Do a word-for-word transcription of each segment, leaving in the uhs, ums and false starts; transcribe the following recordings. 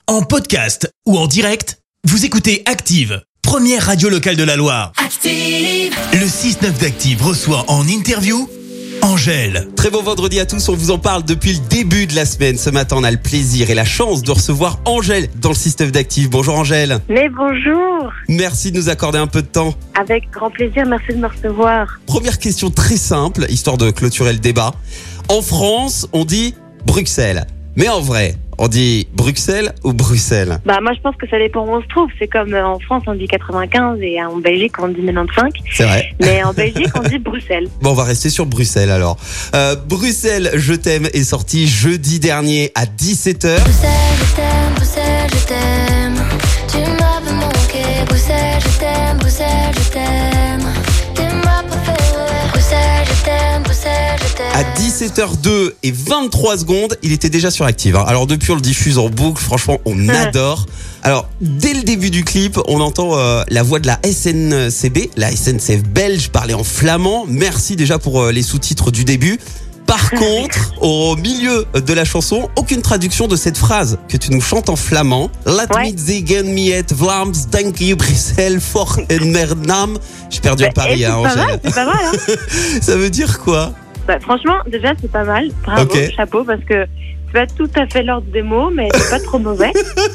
En podcast ou en direct, vous écoutez Active, première radio locale de la Loire. Active! Le six neuf d'Active reçoit en interview Angèle. Très bon vendredi à tous, on vous en parle depuis le début de la semaine. Ce matin, on a le plaisir et la chance de recevoir Angèle dans le six neuf d'Active. Bonjour Angèle. Mais bonjour. Merci de nous accorder un peu de temps. Avec grand plaisir, merci de me recevoir. Première question très simple, histoire de clôturer le débat. En France, on dit Bruxelles. Mais en vrai, on dit Bruxelles ou Bruxelles? Bah moi je pense que ça dépend où on se trouve. C'est comme euh, en France on dit quatre-vingt-quinze et en Belgique on dit quatre-vingt-quinze. C'est vrai. Mais en Belgique on dit Bruxelles. Bon, on va rester sur Bruxelles alors. Euh, Bruxelles, je t'aime est sorti jeudi dernier à dix-sept heures. Bruxelles, je t'aime, Bruxelles, je t'aime. Tu m'as manqué. Bruxelles, je t'aime, Bruxelles, je t'aime. Tu m'as préféré. Bruxelles, je t'aime, Bruxelles, je t'aime. À dix-sept heures deux et vingt-trois secondes, il était déjà sur Active. Hein. Alors depuis, on le diffuse en boucle. Franchement, on adore. Alors, dès le début du clip, on entend euh, la voix de la S N C B, la S N C F belge, parler en flamand. Merci déjà pour euh, les sous-titres du début. Par contre, au milieu de la chanson, aucune traduction de cette phrase que tu nous chantes en flamand. Let Ouais. me zeggen miet Vlaams, dank je Bruxelles voor een mernam. J'ai perdu Bah, à Paris, eh, hein, c'est pas Angèle. mal, c'est pas mal. Hein. Ça veut dire quoi? Bah, franchement déjà c'est pas mal. Bravo, Ok. chapeau parce que c'est pas tout à fait l'ordre des mots mais c'est pas trop mauvais.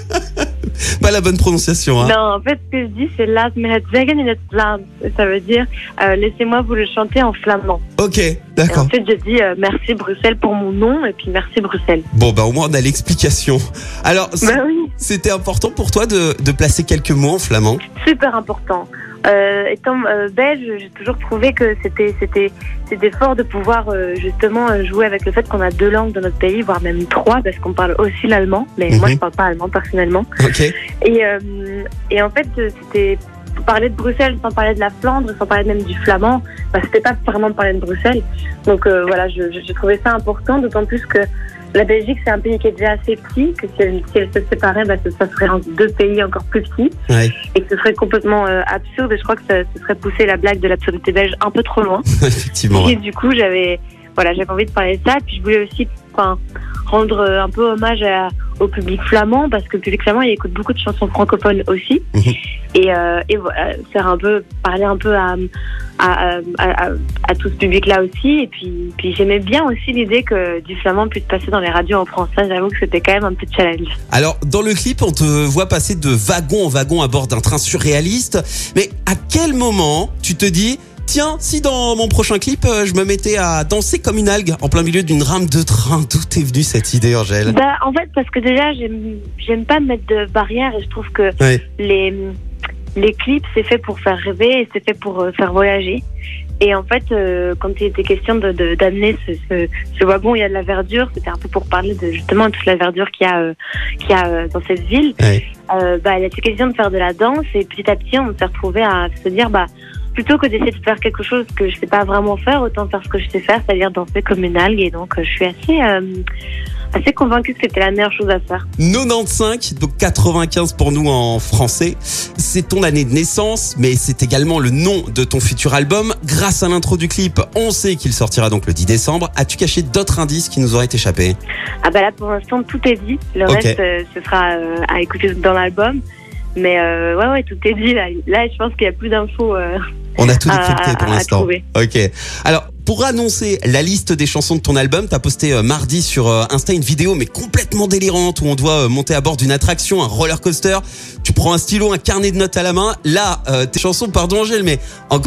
Pas la bonne prononciation, hein. Non, en fait ce que je dis c'est laat me het zeggen in het Vlaams. Ça veut dire euh, laissez-moi vous le chanter en flamand. Ok, Et d'accord. ensuite je dis euh, merci Bruxelles pour mon nom et puis merci Bruxelles. Bon, bah au moins on a l'explication. Alors, c- Bah oui. c'était important pour toi de, de placer quelques mots en flamand? Super important. Euh, étant euh, belge, j'ai toujours trouvé que c'était c'était c'était fort de pouvoir euh, justement euh, jouer avec le fait qu'on a deux langues dans notre pays, voire même trois, parce qu'on parle aussi l'allemand. Mais Mhm. moi, je parle pas allemand personnellement. Ok. Et euh, et en fait, euh, c'était parler de Bruxelles sans parler de la Flandre, sans parler même du flamand. Bah, c'était pas vraiment parler de Bruxelles. Donc euh, voilà, je, je, j'ai trouvé ça important, d'autant plus que la Belgique, c'est un pays qui est déjà assez petit, que si elle, si elle se séparait, bah, ça, ça serait en deux pays encore plus petits, Ouais, et que ce serait complètement euh, absurde. Et je crois que ça, ce serait pousser la blague de l'absurdité belge un peu trop loin. effectivement. Et Ouais. du coup, j'avais, voilà, j'avais envie de parler de ça. Puis je voulais aussi, enfin, rendre euh, un peu hommage à, au public flamand, parce que le public flamand, il écoute beaucoup de chansons francophones aussi. Mhm. Et, euh, et voilà, faire un peu, parler un peu à, à, à, à, à tout ce public-là aussi. Et puis, puis j'aimais bien aussi l'idée que du flamand puisse passer dans les radios en français. J'avoue que c'était quand même un petit challenge. Alors, dans le clip, on te voit passer de wagon en wagon à bord d'un train surréaliste. Mais à quel moment tu te dis, tiens, si dans mon prochain clip, euh, je me mettais à danser comme une algue en plein milieu d'une rame de train? D'où t'es venue cette idée, Angèle? Bah, en fait, parce que déjà, j'aime, j'aime pas mettre de barrières et je trouve que Ouais. les, les clips, c'est fait pour faire rêver et c'est fait pour euh, faire voyager. Et en fait, euh, quand il était question de, de, d'amener ce, ce, ce wagon, il y a de la verdure, c'était un peu pour parler de justement toute la verdure qu'il y a, euh, qu'il y a euh, dans cette ville. Ouais. Euh, bah, il était question de faire de la danse et petit à petit, on s'est retrouvé à se dire, bah, plutôt que d'essayer de faire quelque chose que je sais pas vraiment faire, autant faire ce que je sais faire, c'est-à-dire danser comme une algue. Et donc, euh, je suis assez, euh, assez convaincue que c'était la meilleure chose à faire. quatre-vingt-quinze, donc quatre-vingt-quinze pour nous en français. C'est ton année de naissance, mais c'est également le nom de ton futur album. Grâce à l'intro du clip, on sait qu'il sortira donc le dix décembre. As-tu caché d'autres indices qui nous auraient échappé? Ah bah là, pour l'instant, tout est dit. Le Ok. reste, euh, ce sera euh, à écouter dans l'album. Mais euh, ouais, ouais, tout est dit. Là, là je pense qu'il y a plus d'infos. Euh, On a tout à- décrypté pour à- à l'instant. trouver. Ok. Alors, pour annoncer la liste des chansons de ton album, t'as posté euh, mardi sur euh, Insta une vidéo mais complètement délirante où on doit euh, monter à bord d'une attraction, un roller coaster. Tu prends un stylo, un carnet de notes à la main. Là, euh, tes chansons, pardon Angèle, mais en...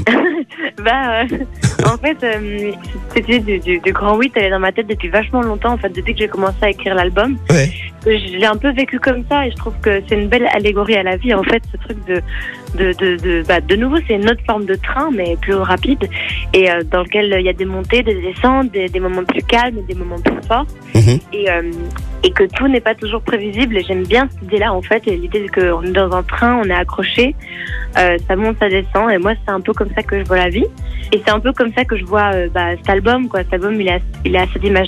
bah, euh, en fait, euh, cette idée du, du, du grand huit, elle est dans ma tête depuis vachement longtemps. En fait, depuis que j'ai commencé à écrire l'album, ouais. je l'ai un peu vécu comme ça et je trouve que c'est une belle allégorie à la vie. En fait, ce truc de, de, de, de, bah, de nouveau, c'est une autre forme de train, mais plus rapide et euh, dans lequel il y a des montées, des descentes, des, des moments plus calmes, des moments plus forts. Mhm. Et, euh, et que tout n'est pas toujours prévisible. Et j'aime bien cette idée-là, en fait, et l'idée qu'on est dans un train, on est accroché, euh, ça monte, ça descend. Et moi, c'est un peu comme ça que je vois la vie. Et c'est un peu comme ça que je vois euh, bah, cet album, quoi. Cet album, il a, il a cette image-là.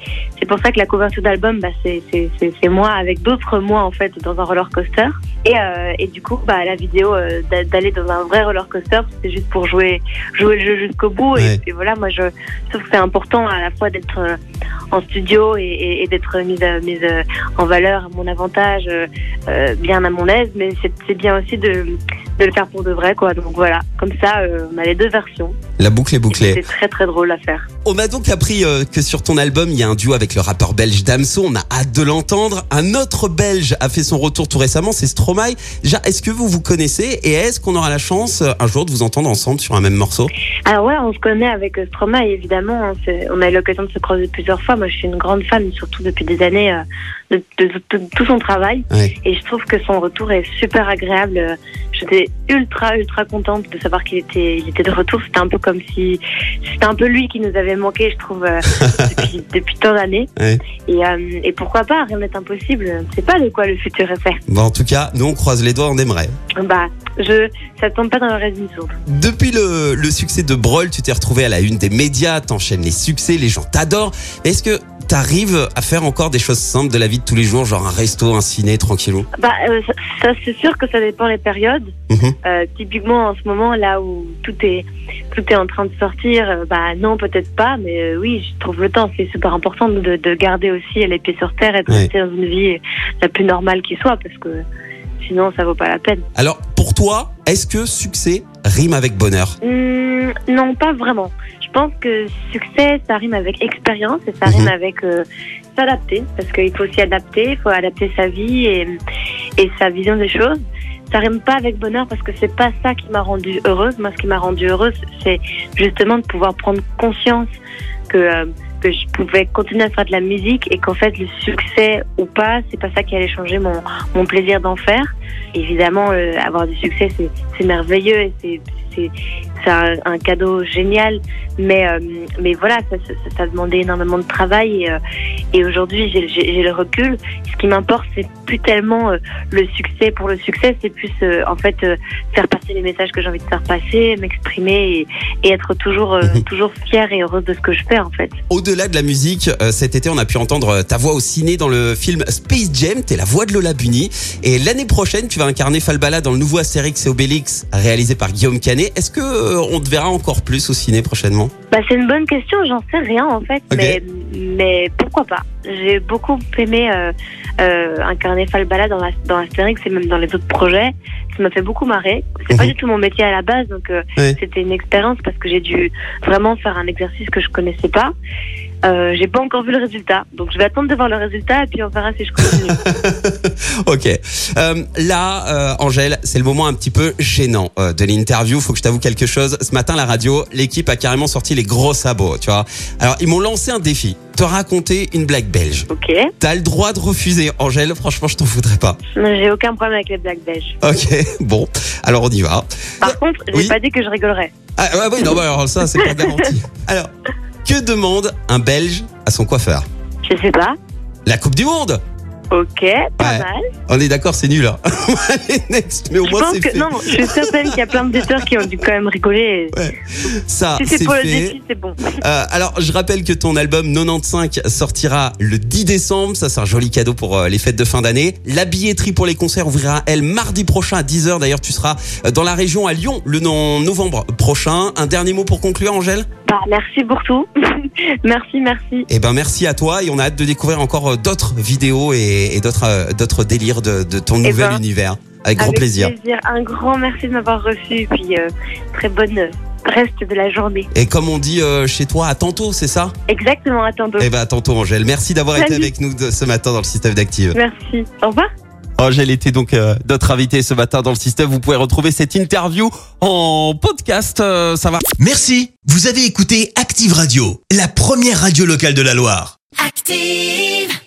c'est pour ça que la couverture d'album, bah, c'est, c'est, c'est, c'est moi avec d'autres moi en fait dans un roller coaster. Et, euh, et du coup, bah, la vidéo euh, d'aller dans un vrai roller coaster, c'est juste pour jouer, jouer le jeu jusqu'au bout. Ouais. Et, et voilà, moi je trouve que c'est important à la fois d'être euh, en studio et, et, et d'être mise, à, mise euh, en valeur à mon avantage, euh, euh, bien à mon aise, mais c'est, c'est bien aussi de, de le faire pour de vrai, quoi. Donc voilà, comme ça, euh, on a les deux versions. La boucle est bouclée. C'est très très drôle à faire. On a donc appris euh, que sur ton album, il y a un duo avec le rappeur belge Damso. On a hâte de l'entendre. Un autre belge a fait son retour tout récemment, c'est Stromae. Déjà, est-ce que vous vous connaissez et est-ce qu'on aura la chance euh, un jour de vous entendre ensemble sur un même morceau? Alors ouais, on se connaît avec euh, Stromae, évidemment. Hein, c'est, on a eu l'occasion de se croiser plusieurs fois. Moi, je suis une grande fan, surtout depuis des années, euh, de, de, de, de tout son travail. Ouais. Et je trouve que son retour est super agréable. Euh, J'étais ultra, ultra contente de savoir qu'il était, il était de retour. C'était un peu comme si, c'était un peu lui qui nous avait manqué, je trouve, euh, depuis, depuis tant d'années. Ouais. Et, euh, et pourquoi pas, rien n'est impossible. On ne sait pas de quoi le futur est fait. Bon, en tout cas, nous on croise les doigts, on aimerait. Bah, je, ça tombe pas dans l'oreille d'une sourde. Depuis le, le succès de Brol, tu t'es retrouvé à la une des médias, t'enchaînes les succès, les gens t'adorent. Est-ce que t'arrives à faire encore des choses simples de la vie de tous les jours, genre un resto, un ciné, tranquillou? Bah, euh, ça, ça, c'est sûr que ça dépend des périodes. Mhm. Euh, typiquement, en ce moment, là où tout est, tout est en train de sortir, euh, bah non, peut-être pas, mais euh, oui, je trouve le temps. C'est super important de, de garder aussi les pieds sur terre et de Ouais. rester dans une vie la plus normale qui soit, parce que sinon, ça vaut pas la peine. Alors, pour toi, est-ce que succès rime avec bonheur? Hum, non, pas vraiment. Je pense que succès, ça rime avec expérience et ça Mhm. rime avec euh, s'adapter, parce qu'il faut s'y adapter, il faut adapter sa vie et, et sa vision des choses. Ça rime pas avec bonheur parce que c'est pas ça qui m'a rendue heureuse. Moi, ce qui m'a rendue heureuse, c'est justement de pouvoir prendre conscience que euh, que je pouvais continuer à faire de la musique et qu'en fait le succès ou pas, c'est pas ça qui allait changer mon mon plaisir d'en faire. Évidemment, euh, avoir du succès, c'est c'est merveilleux et c'est c'est c'est un, un cadeau génial, mais euh, mais voilà, ça, ça, ça demandait énormément de travail et, euh, et aujourd'hui j'ai, j'ai, j'ai le recul. Ce qui m'importe, c'est plus tellement euh, le succès pour le succès, c'est plus euh, en fait euh, faire passer les messages que j'ai envie de faire passer, m'exprimer et, et être toujours euh, Mhm. toujours fière et heureuse de ce que je fais en fait. Au-delà de la musique, euh, cet été, on a pu entendre ta voix au ciné dans le film Space Jam. T'es la voix de Lola Bunny. Et l'année prochaine, tu vas incarner Falbala dans le nouveau Astérix et Obélix réalisé par Guillaume Canet. Est-ce que euh, on te verra encore plus au ciné prochainement? Bah, c'est une bonne question, j'en sais rien en fait, Ok. mais, mais pourquoi pas. J'ai beaucoup aimé euh, euh, incarner Falbala dans, la, dans Astérix et même dans les autres projets. Ça m'a fait beaucoup marrer. C'est Mhm. pas du tout mon métier à la base, donc euh, Ouais. c'était une expérience parce que j'ai dû vraiment faire un exercice que je connaissais pas. Euh, j'ai pas encore vu le résultat, donc je vais attendre de voir le résultat et puis on verra si je continue. Ok. Euh, là, euh, Angèle, c'est le moment un petit peu gênant euh, de l'interview. Faut que je t'avoue quelque chose. Ce matin, la radio, l'équipe a carrément sorti les gros sabots, tu vois. Alors, ils m'ont lancé un défi. Te raconter une blague belge. Ok. T'as le droit de refuser, Angèle. Franchement, je t'en voudrais pas. J'ai aucun problème avec les blagues belges. Ok. Bon. Alors, on y va. Par contre, j'ai Oui. pas dit que je rigolerais. Ah, ouais, oui, non, bah, alors ça, c'est pas garanti. Alors, que demande un Belge à son coiffeur? Je sais pas. La Coupe du Monde. Ok, pas Ouais. mal. On est d'accord, c'est nul, hein. Allez, next. Mais au Je moins, pense c'est que fait. non, je suis certaine qu'il y a plein d'éditeurs qui ont dû quand même rigoler. Ouais. Ça, Si c'est c'est pour le fait. défi, c'est bon. Euh, alors, je rappelle que ton album quatre-vingt-quinze sortira le dix décembre. Ça, c'est un joli cadeau pour euh, les fêtes de fin d'année. La billetterie pour les concerts ouvrira, elle, mardi prochain à dix heures. D'ailleurs, tu seras dans la région à Lyon le non- novembre prochain. Un dernier mot pour conclure, Angèle? Bah, merci pour tout. Merci, merci. Eh ben, merci à toi et on a hâte de découvrir encore euh, d'autres vidéos et, et d'autres, euh, d'autres délires de, de ton Eh nouvel ben, univers. Avec grand Avec plaisir. Un grand merci de m'avoir reçu. Et puis, euh, très bonne euh, reste de la journée. Et comme on dit euh, chez toi, à tantôt, c'est ça? Exactement, à tantôt. Eh ben, à tantôt, Angèle. Merci d'avoir été Salut. avec nous de, ce matin dans le système d'Active. Merci. Au revoir. Angèle était donc euh, notre invitée ce matin dans le système. Vous pouvez retrouver cette interview en podcast. euh, ça va. Merci. Vous avez écouté Active Radio, la première radio locale de la Loire. Active.